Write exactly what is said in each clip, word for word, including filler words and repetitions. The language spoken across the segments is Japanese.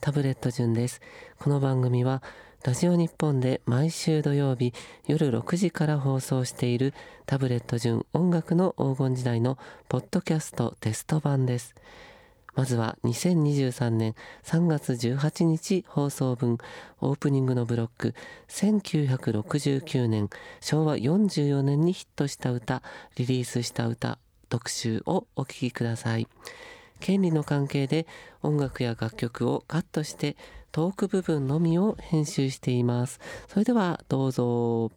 タブレット順です。この番組はラジオ日本で毎週土曜日夜ろくじから放送しているタブレット順音楽の黄金時代のポッドキャストテスト版です。まずはにせんにじゅうさんねんさんがつじゅうはちにち放送分オープニングのブロック、せんきゅうひゃくろくじゅうきゅうねんしょうわよんじゅうよねんにヒットした歌、リリースした歌特集をお聴きください。権利の関係で音楽や楽曲をカットしてトーク部分のみを編集しています。それではどうぞ。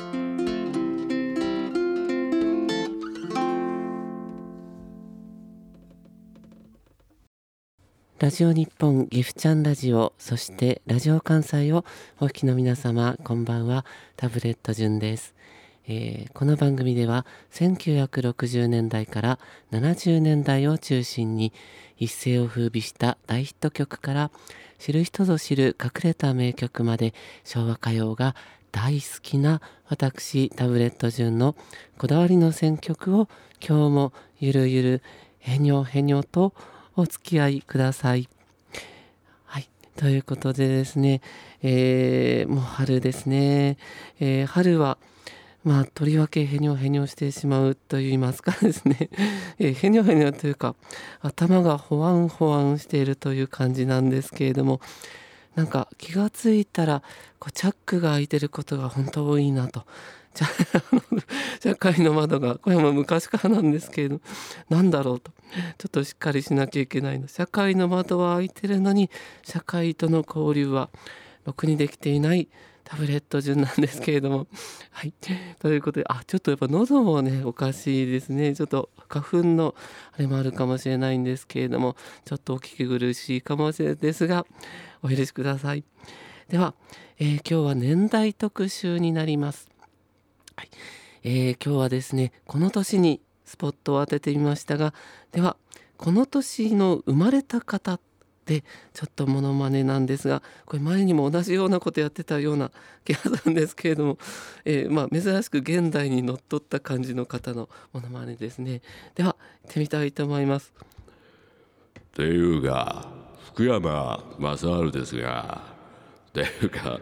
ラジオ日本ギフチャンラジオ、そしてラジオ関西をお聞きの皆様、こんばんは。タブレット順です。えー、この番組ではせんきゅうひゃくろくじゅうねんだいからななじゅうねんだいを中心に一世を風靡した大ヒット曲から知る人ぞ知る隠れた名曲まで、昭和歌謡が大好きな私タブレット順のこだわりの選曲を今日もゆるゆるへにょへにょとお付き合いください。はい、ということでですね、えー、もう春ですね。えー、春はまあとりわけへにょへにょしてしまうといいますかですね、えー、へにょへにょというか頭がほわんほわんしているという感じなんですけれども、なんか気がついたらこうチャックが開いてることが本当多いなと。社会の窓が、これも昔からなんですけれど、なんだろうと、ちょっとしっかりしなきゃいけないの。社会の窓は開いてるのに社会との交流はろくにできていないタブレット順なんですけれども、はい、ということで、あ、ちょっとやっぱ喉もねおかしいですね。ちょっと花粉のあれもあるかもしれないんですけれども、ちょっとお聞き苦しいかもしれないですがお許しください。では、えー、今日は年代特集になります。はい、えー、今日はですね、この年にスポットを当ててみましたが、ではこの年の生まれた方でちょっとモノマネなんですが、これ前にも同じようなことやってたような気がするんですけれども、えー、まあ珍しく現代にのっとった感じの方のモノマネですね。では行ってみたいと思います。 っていうか福山雅治ですが、っていうか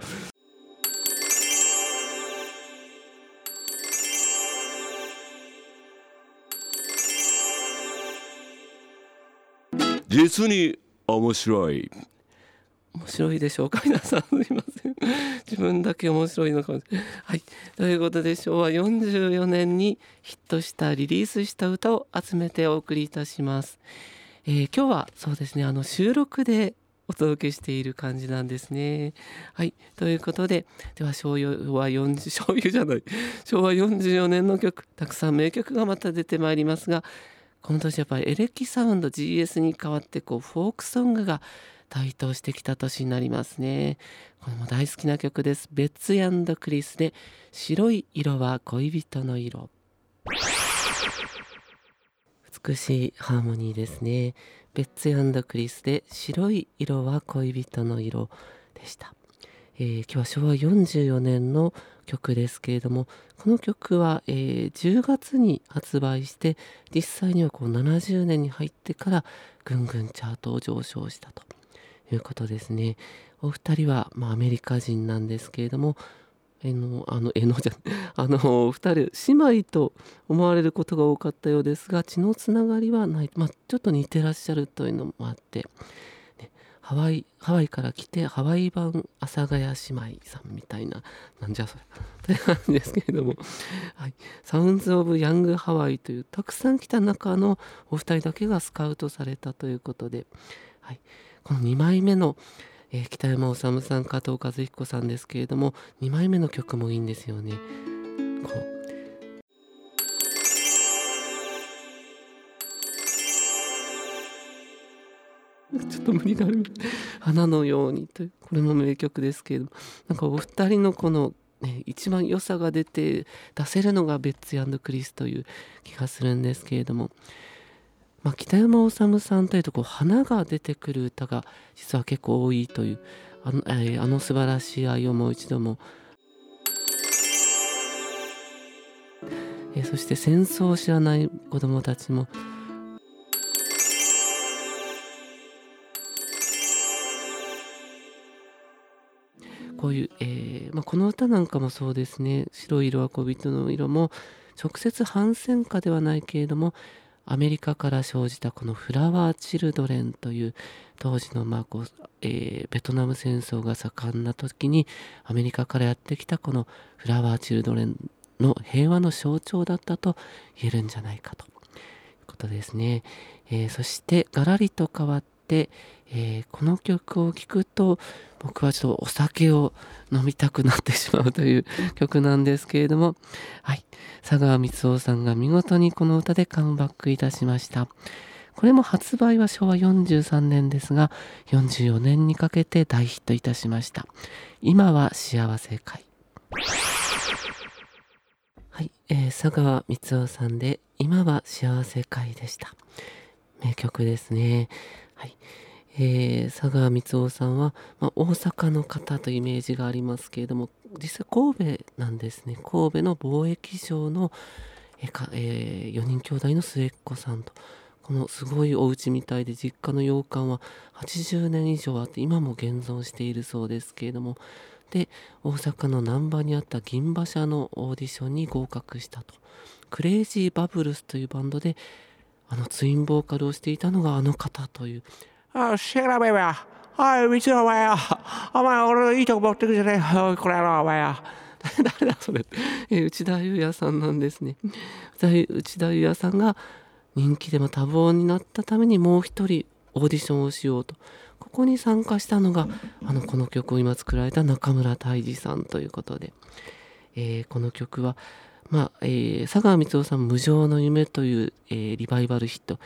実に面白い。 面白いでしょうか皆さん、すいません。自分だけ面白いのかもしれない。はい。ということで、しょうわよんじゅうよねんにヒットしたリリースした歌を集めてお送りいたします。えー、今日はそうですね、あの収録でお届けしている感じなんですね。はい。ということで、では昭和よんじゅう、醤油じゃない。しょうわよんじゅうよねんの曲、たくさん名曲がまた出てまいりますが、この年やっぱりエレキサウンド ジーエス に代わってこうフォークソングが台頭してきた年になりますね。これも大好きな曲です。ベッツ&クリスで白い色は恋人の色。美しいハーモニーですね。ベッツ&クリスで白い色は恋人の色でした。えー、今日はしょうわよんじゅうよねんの曲ですけれども、この曲は、えー、じゅうがつに発売して、実際にはこうななじゅうねんに入ってからぐんぐんチャートを上昇したということですね。お二人は、まあ、アメリカ人なんですけれども、えのあのえのじゃあの二人姉妹と思われることが多かったようですが、血のつながりはない、まあ、ちょっと似てらっしゃるというのもあって、ね、ハワイハワイから来てハワイ版阿佐ヶ谷姉妹さんみたいな、なんじゃそれという感じですけれども、はい、サウンズ・オブ・ヤング・ハワイというたくさん来た中のお二人だけがスカウトされたということで、はい、このにまいめのえー、北山治さん、加藤和彦さんですけれども、にまいめの曲もいいんですよね。こうちょっと無理がある花のようにという、これも名曲ですけれども、なんかお二人のこの、ね、一番良さが出て出せるのがベッツ&クリスという気がするんですけれども、まあ、北山治さんというとこう花が出てくる歌が実は結構多いという、あの、えー、あの素晴らしい愛をもう一度も、えー、そして戦争を知らない子どもたちも、 こういう、えーまあ、この歌なんかもそうですね。白い色は恋人の色も直接反戦歌ではないけれども、アメリカから生じたこのフラワーチルドレンという当時のまあこう、えーベトナム戦争が盛んな時にアメリカからやってきたこのフラワーチルドレンの平和の象徴だったと言えるんじゃないかということですね。えーそしてガラリと変わって、えーこの曲を聴くと僕はちょっとお酒を飲みたくなってしまうという曲なんですけれども、はい、佐川光雄さんが見事にこの歌でカムバックいたしました。これも発売はしょうわよんじゅうさんねんですが、よんじゅうよねんにかけて大ヒットいたしました。今は幸せかい。はい、えー佐川光雄さんで今は幸せかいでした。名曲ですね。はい。えー佐川光雄さんは、まあ、大阪の方というイメージがありますけれども、実際神戸なんですね。神戸の貿易商の、えーかえーよにん兄弟の末っ子さんと、このすごいお家みたいで、実家の洋館ははちじゅうねん以上あって今も現存しているそうですけれども、で大阪の難波にあった銀馬車のオーディションに合格したと。クレイジーバブルスというバンドであのツインボーカルをしていたのがあの方という。 あ、シェラベベや。おい、三つお前や。お前、俺のいいとこ持ってくじゃねえ。おい、これやろ、お前や。 誰だそれ、えー内田裕也さんなんですね。内田裕也さんが人気でも多忙になったためにもう一人オーディションをしようと、ここに参加したのがあのこの曲を今作られた中村泰治さんということで、えーこの曲はまあ、えー佐川光雄さん無常の夢という、えーリバイバルヒット、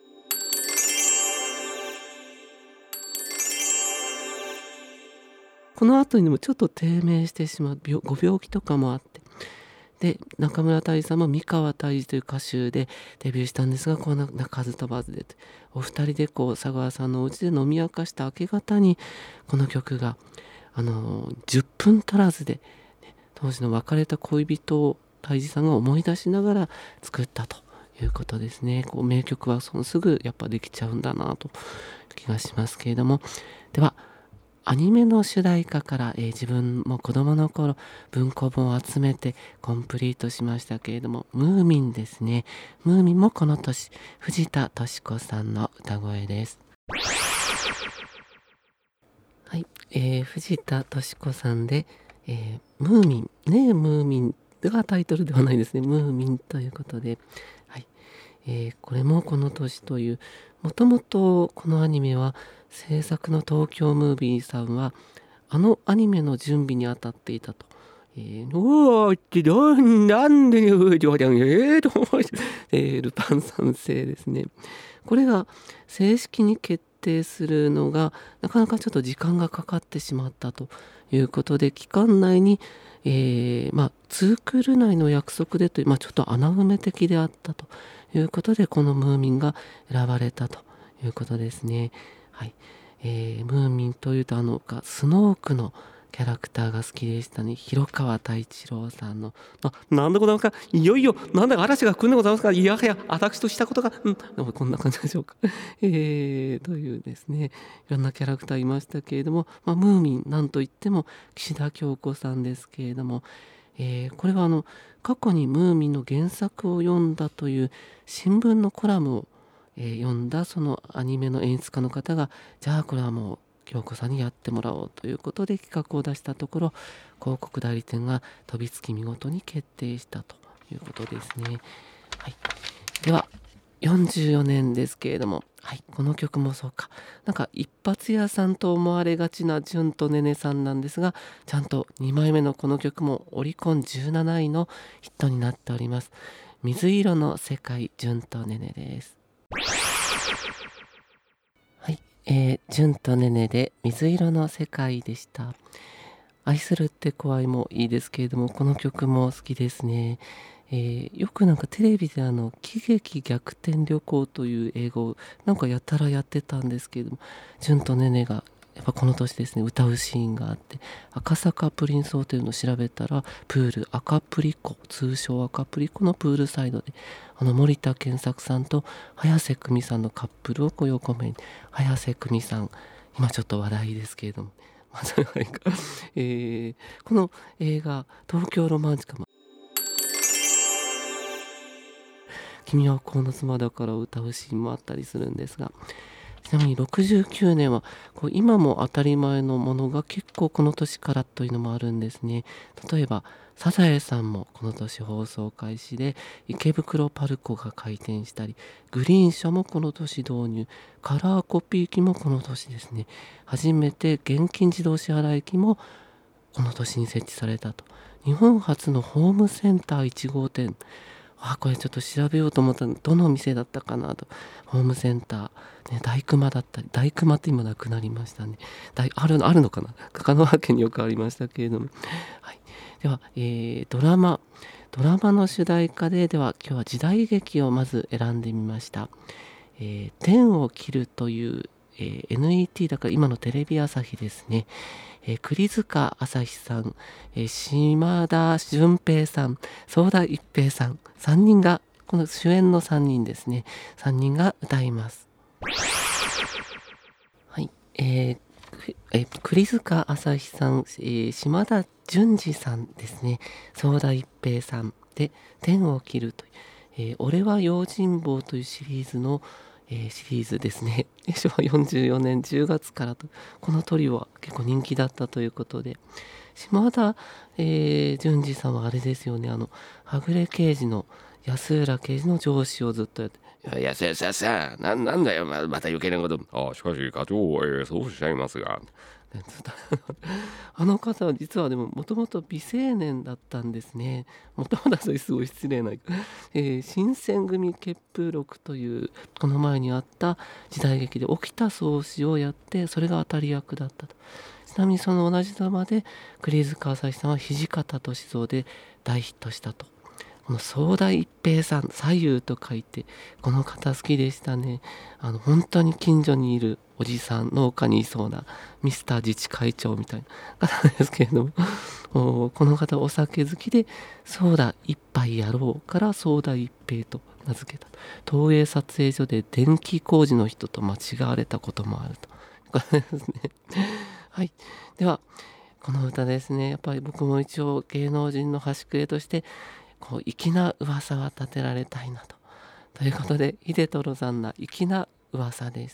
この後にもちょっと低迷してしまう病ご病気とかもあって、で中村泰治さんも三川泰治という歌手でデビューしたんですが、こんな鳴かず飛ばずでお二人でこう佐川さんのお家で飲み明かした明け方にこの曲があのじゅっぷん足らずで、ね、当時の別れた恋人を泰治さんが思い出しながら作ったということですね。こう名曲はそのすぐやっぱできちゃうんだなという気がしますけれども、ではアニメの主題歌から、えー自分も子供の頃文庫本を集めてコンプリートしましたけれども、ムーミンですね。ムーミンもこの年、藤田敏子さんの歌声です。はい、えー藤田敏子さんで、えームーミンねえムーミンがタイトルではないですね。ムーミンということで、はい、えーこれもこの年という、もともとこのアニメは制作の東京ムービーさんはあのアニメの準備に当たっていたと。えー、おーってどんなんでねうじょうじゃんえーとえールパン三世ですね。これが正式に決定するのがなかなかちょっと時間がかかってしまったということで、期間内に、えーまあ、ツークール内の約束でという、まあ、ちょっと穴埋め的であったということで、このムーミンが選ばれたということですね。はい、えームーミンというとあのスノークのキャラクターが好きでしたね。広川太一郎さんのあなんでございますか、いよいよなんだか嵐が来るんでございますか、いやはや私としたことが、うん、でもこんな感じでしょうか、えー、というですね、いろんなキャラクターいましたけれども、まあ、ムーミンなんといっても岸田京子さんですけれども、えーこれはあの過去にムーミンの原作を読んだという新聞のコラムをえー読んだそのアニメの演出家の方が、じゃあこれはもう京子さんにやってもらおうということで企画を出したところ、広告代理店が飛びつき見事に決定したということですね。はい、ではよんじゅうよねんですけれども、はい、この曲もそうか、なんか一発屋さんと思われがちなじゅんとねねさんなんですが、ちゃんとにまいめのこの曲もオリコンじゅうなないのヒットになっております。水色の世界、じゅんとねねです。はい、えー、じゅんとねねで水色の世界でした。愛するって怖いもいいですけれども、この曲も好きですね。えーよくなんかテレビであの喜劇逆転旅行という映画をなんかやたらやってたんですけれども、じゅんとねねがやっぱこの年ですね、歌うシーンがあって、赤坂プリンスホテルの調べたらプール赤プリコ、通称赤プリコのプールサイドであの森田健作さんと早瀬久美さんのカップルをこう横目に、早瀬久美さん今ちょっと話題ですけれども、 まあ、それはいいか、えーこの映画東京ロマンチカ、君は幸の妻だからを歌うシーンもあったりするんですが、ちなみにろくじゅうきゅうねんはこう今も当たり前のものが結構この年からというのもあるんですね。例えばサザエさんもこの年放送開始で、池袋パルコが開店したり、グリーン車もこの年導入、カラーコピー機もこの年ですね。初めて現金自動支払い機もこの年に設置されたと。日本初のホームセンターいち号店、あ、これちょっと調べようと思ったの、どの店だったかなと。ホームセンター、ね、大熊だったり、大熊って今なくなりましたね。大あるあるのかな、香川県によくありましたけれども、はい、では、えードラマドラマの主題歌で、では今日は時代劇をまず選んでみました。えー天を切るという、えー エヌイーティー だから今のテレビ朝日ですね。えー栗塚朝日さん、えー島田純平さん、相田一平さん、さんにんが、この主演のさんにんですね、さんにんが歌います。はい、えーくえー栗塚朝日さん、えー島田純二さんですね、相田一平さんで天を切るという、えー俺は用心棒というシリーズの、えーシリーズですね。しょわよんじゅうよねんじゅうがつからと、このトリオは結構人気だったということで、島田、えー、純二さんはあれですよね、あのはぐれ刑事の安浦刑事の上司をずっとやって、 いや、さささ、な、なんだよ、ま、また余計なこと。あ、しかし、課長、えーそうおっしゃいますが。 あの方は実はでももともと美青年だったんですね。もともとはすごい失礼な、えー新選組血風録というこの前にあった時代劇で沖田総司をやって、それが当たり役だったと。ちなみにその同じドラマで栗塚朝日さんは土方歳三で大ヒットしたと。この相田一平さん、左右と書いて、この方好きでしたね。あの本当に近所にいるおじさん、農家にいそうなミスター自治会長みたいな方ですけれども、おこの方お酒好きで、ソーダ一杯やろうからソーダ一平と名付けた。東映撮影所で電気工事の人と間違われたこともあると。これですね。はい。では、この歌ですね、やっぱり僕も一応芸能人の端くれとしてこう粋な噂は立てられたいなと。ということで、秀太さんな粋な噂です。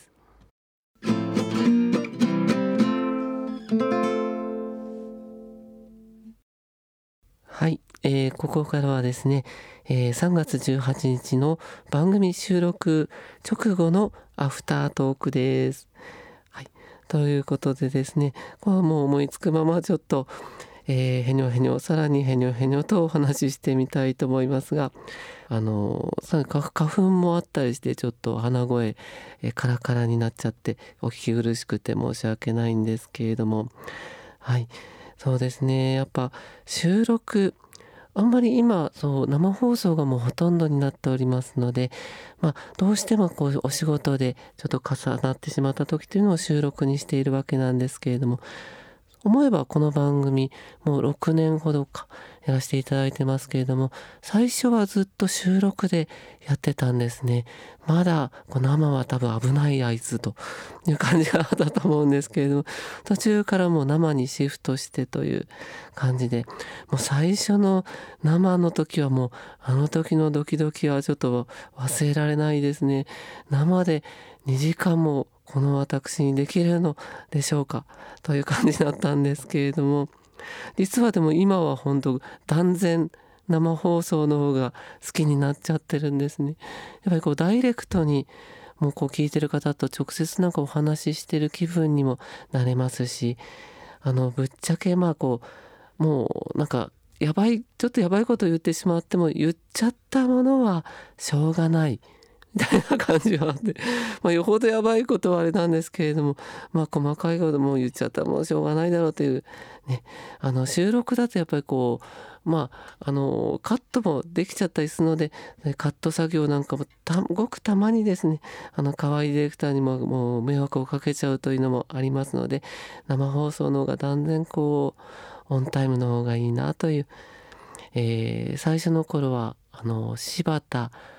はい、えーここからはですね、えーさんがつじゅうはちにちの番組収録直後のアフタートークです。はい、ということでですね、これはもう思いつくままちょっと、えーへにょへにょ、さらにへにょへにょとお話ししてみたいと思いますが、あのーさらに花花粉もあったりして、ちょっと鼻声、えーカラカラになっちゃってお聞き苦しくて申し訳ないんですけれども、はい、そうですね、やっぱ収録あんまり今そう生放送がもうほとんどになっておりますので、まあ、どうしてもこうお仕事でちょっと重なってしまった時というのを収録にしているわけなんですけれども、思えばこの番組もうろくねんほどかやらせていただいてますけれども、最初はずっと収録でやってたんですね。まだこう生は多分危ないあいつという感じがあったと思うんですけれども、途中からもう生にシフトしてという感じで、もう最初の生の時はもうあの時のドキドキはちょっと忘れられないですね。生でにじかんもこの私にできるのでしょうかという感じだったんですけれども、実はでも今は本当断然生放送の方が好きになっちゃってるんですね。やっぱりこうダイレクトにもうこう聞いてる方と直接なんかお話ししてる気分にもなれますし、あのぶっちゃけまあこうもうなんかやばいちょっとやばいこと言ってしまっても、言っちゃったものはしょうがないみたいな感じがあって、まあ、よほどやばいことはあれなんですけれども、まあ細かいことも言っちゃったらもうしょうがないだろうというね、あの収録だとやっぱりこうまああのカットもできちゃったりするので、カット作業なんかもたごくたまにですね、あの河合ディレクターにももう迷惑をかけちゃうというのもありますので、生放送の方が断然こうオンタイムの方がいいなという、えー最初の頃はあの柴田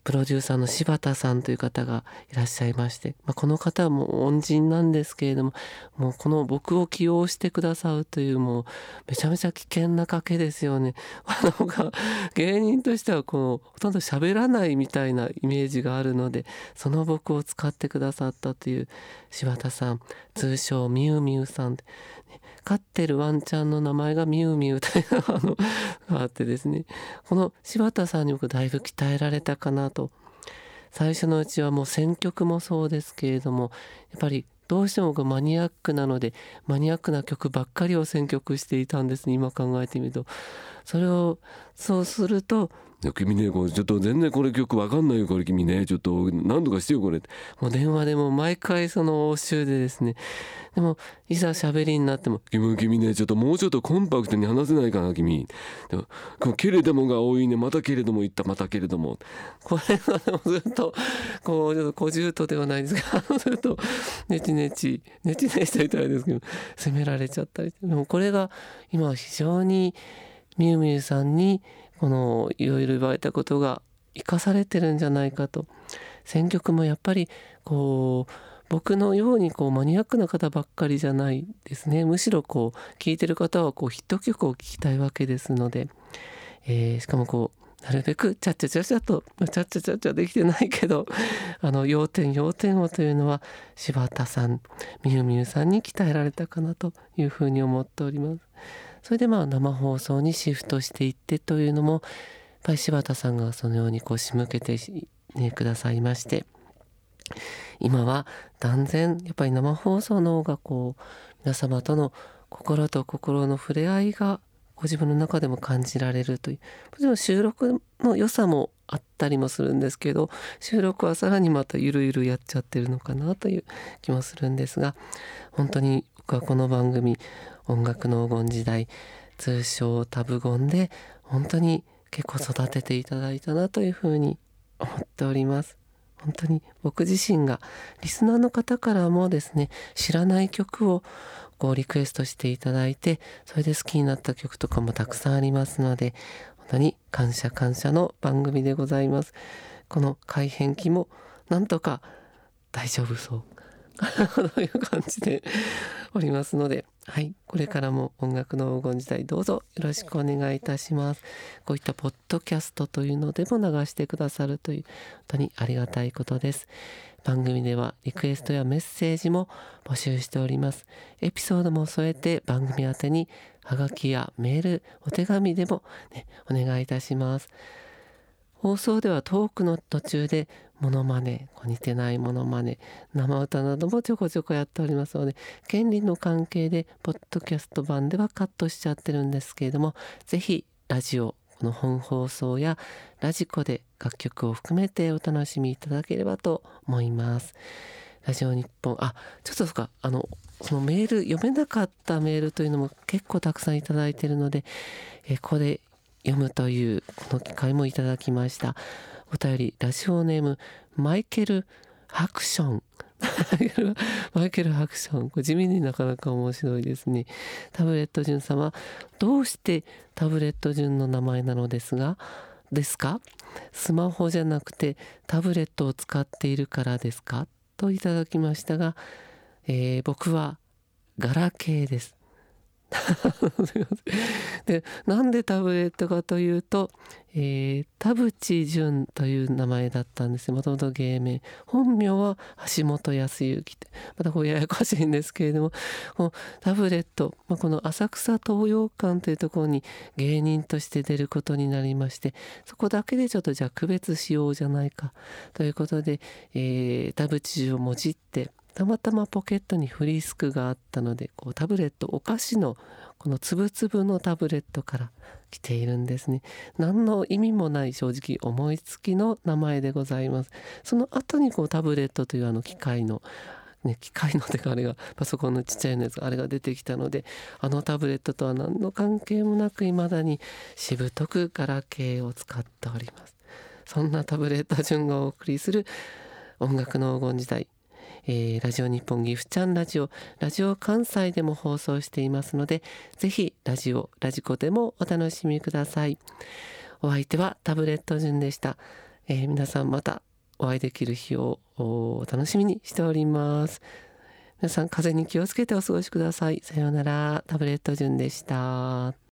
プロデューサーの柴田さんという方がいらっしゃいまして、まあ、この方はもう恩人なんですけれども、もうこの僕を起用してくださるというもうめちゃめちゃ危険な賭けですよね。あのが芸人としてはこうほとんど喋らないみたいなイメージがあるので、その僕を使ってくださったという柴田さん、通称みゆみゆさん、飼ってるワンちゃんの名前がみゆみゆというのがあってですね、この柴田さんに僕だいぶ鍛えられたかなと。最初のうちはもう選曲もそうですけれども、やっぱりどうしても僕マニアックなのでマニアックな曲ばっかりを選曲していたんですね、今考えてみると。それをそうすると、 君ね、これちょっと全然これ曲わかんないよ、これ君ね、ちょっと何とかしてよこれ。 もう電話でも毎回その応酬でですね、でもいざ喋りになっても、 君君ね、ちょっともうちょっとコンパクトに話せないかな君。でもこのけれどもが多いね、またけれども言ったまたけれども、 これがでもずっとこうちょっと小獣とではないですがずっとネチネチネチネチと言ったらあれですけど責められちゃったり、でもこれが今非常にみゆみゆさんにこのいろいろ言われたことが生かされてるんじゃないかと。選曲もやっぱりこう僕のようにこうマニアックな方ばっかりじゃないですね。むしろこう聴いてる方はこうヒット曲を聴きたいわけですので、えー、しかもこうなるべくチャッチャチャチャとチャッチャチャチャできてないけどあの要点要点をというのは柴田さん、みゆみゆさんに鍛えられたかなというふうに思っております。それでまあ生放送にシフトしていってというのもやっぱり柴田さんがそのようにこう仕向けて、ね、くださいまして、今は断然やっぱり生放送の方がこう皆様との心と心の触れ合いがご自分の中でも感じられるという、もちろん収録の良さもあったりもするんですけど、収録はさらにまたゆるゆるやっちゃってるのかなという気もするんですが、本当に僕はこの番組音楽の黄金時代、通称タブゴンで本当に結構育てていただいたなというふうに思っております。本当に僕自身がリスナーの方からもですね、知らない曲をこうリクエストしていただいて、それで好きになった曲とかもたくさんありますので、本当に感謝感謝の番組でございます。この改変期もなんとか大丈夫そうという感じでおりますので、はい、これからも音楽の黄金時代どうぞよろしくお願いいたします。こういったポッドキャストというのでも流してくださるという本当にありがたいことです。番組ではリクエストやメッセージも募集しております。エピソードも添えて番組宛てにハガキやメール、お手紙でも、ね、お願いいたします。放送ではトークの途中でモノマネ、似てないモノマネ、生歌などもちょこちょこやっておりますので、権利の関係でポッドキャスト版ではカットしちゃってるんですけれども、ぜひラジオ、この本放送やラジコで楽曲を含めてお楽しみいただければと思います。ラジオ日本、あ、ちょっとそうか、あの、そのメール、読めなかったメールというのも結構たくさんいただいているので、えここで読むというこの機会もいただきました。お便り、ラジオネームマイケル・ハクションマイケル・ハクション、これ地味になかなか面白いですね。タブレット順様、どうしてタブレット順の名前なのですがですか？スマホじゃなくてタブレットを使っているからですか？といただきましたが、えー、僕はガラケーですで、なんでタブレットかというと、えー、田淵淳という名前だったんですよ。もともと芸名、本名は橋本康之って、またこうややこしいんですけれども、このタブレット、まあ、この浅草東洋館というところに芸人として出ることになりまして、そこだけでちょっとじゃあ区別しようじゃないかということで、えー、田淵淳をもじってたまたまポケットにフリスクがあったので、こうタブレット、お菓子のこのつぶつぶのタブレットから来ているんですね。何の意味もない正直思いつきの名前でございます。その後にこうタブレットというあの機械のね、機械のてかあれがパソコンのちっちゃいのやつあれが出てきたので、あのタブレットとは何の関係もなく未だにしぶとくガラケーを使っております。そんなタブレット順がお送りする音楽の黄金時代、えー、ラジオ日本ギフちゃんラジオ、ラジオ関西でも放送していますので、ぜひラジオ、ラジコでもお楽しみください。お相手はタブレット順でした。 えー、皆さんまたお会いできる日を楽しみにしております。皆さん風邪に気をつけてお過ごしください。さようなら。タブレット順でした。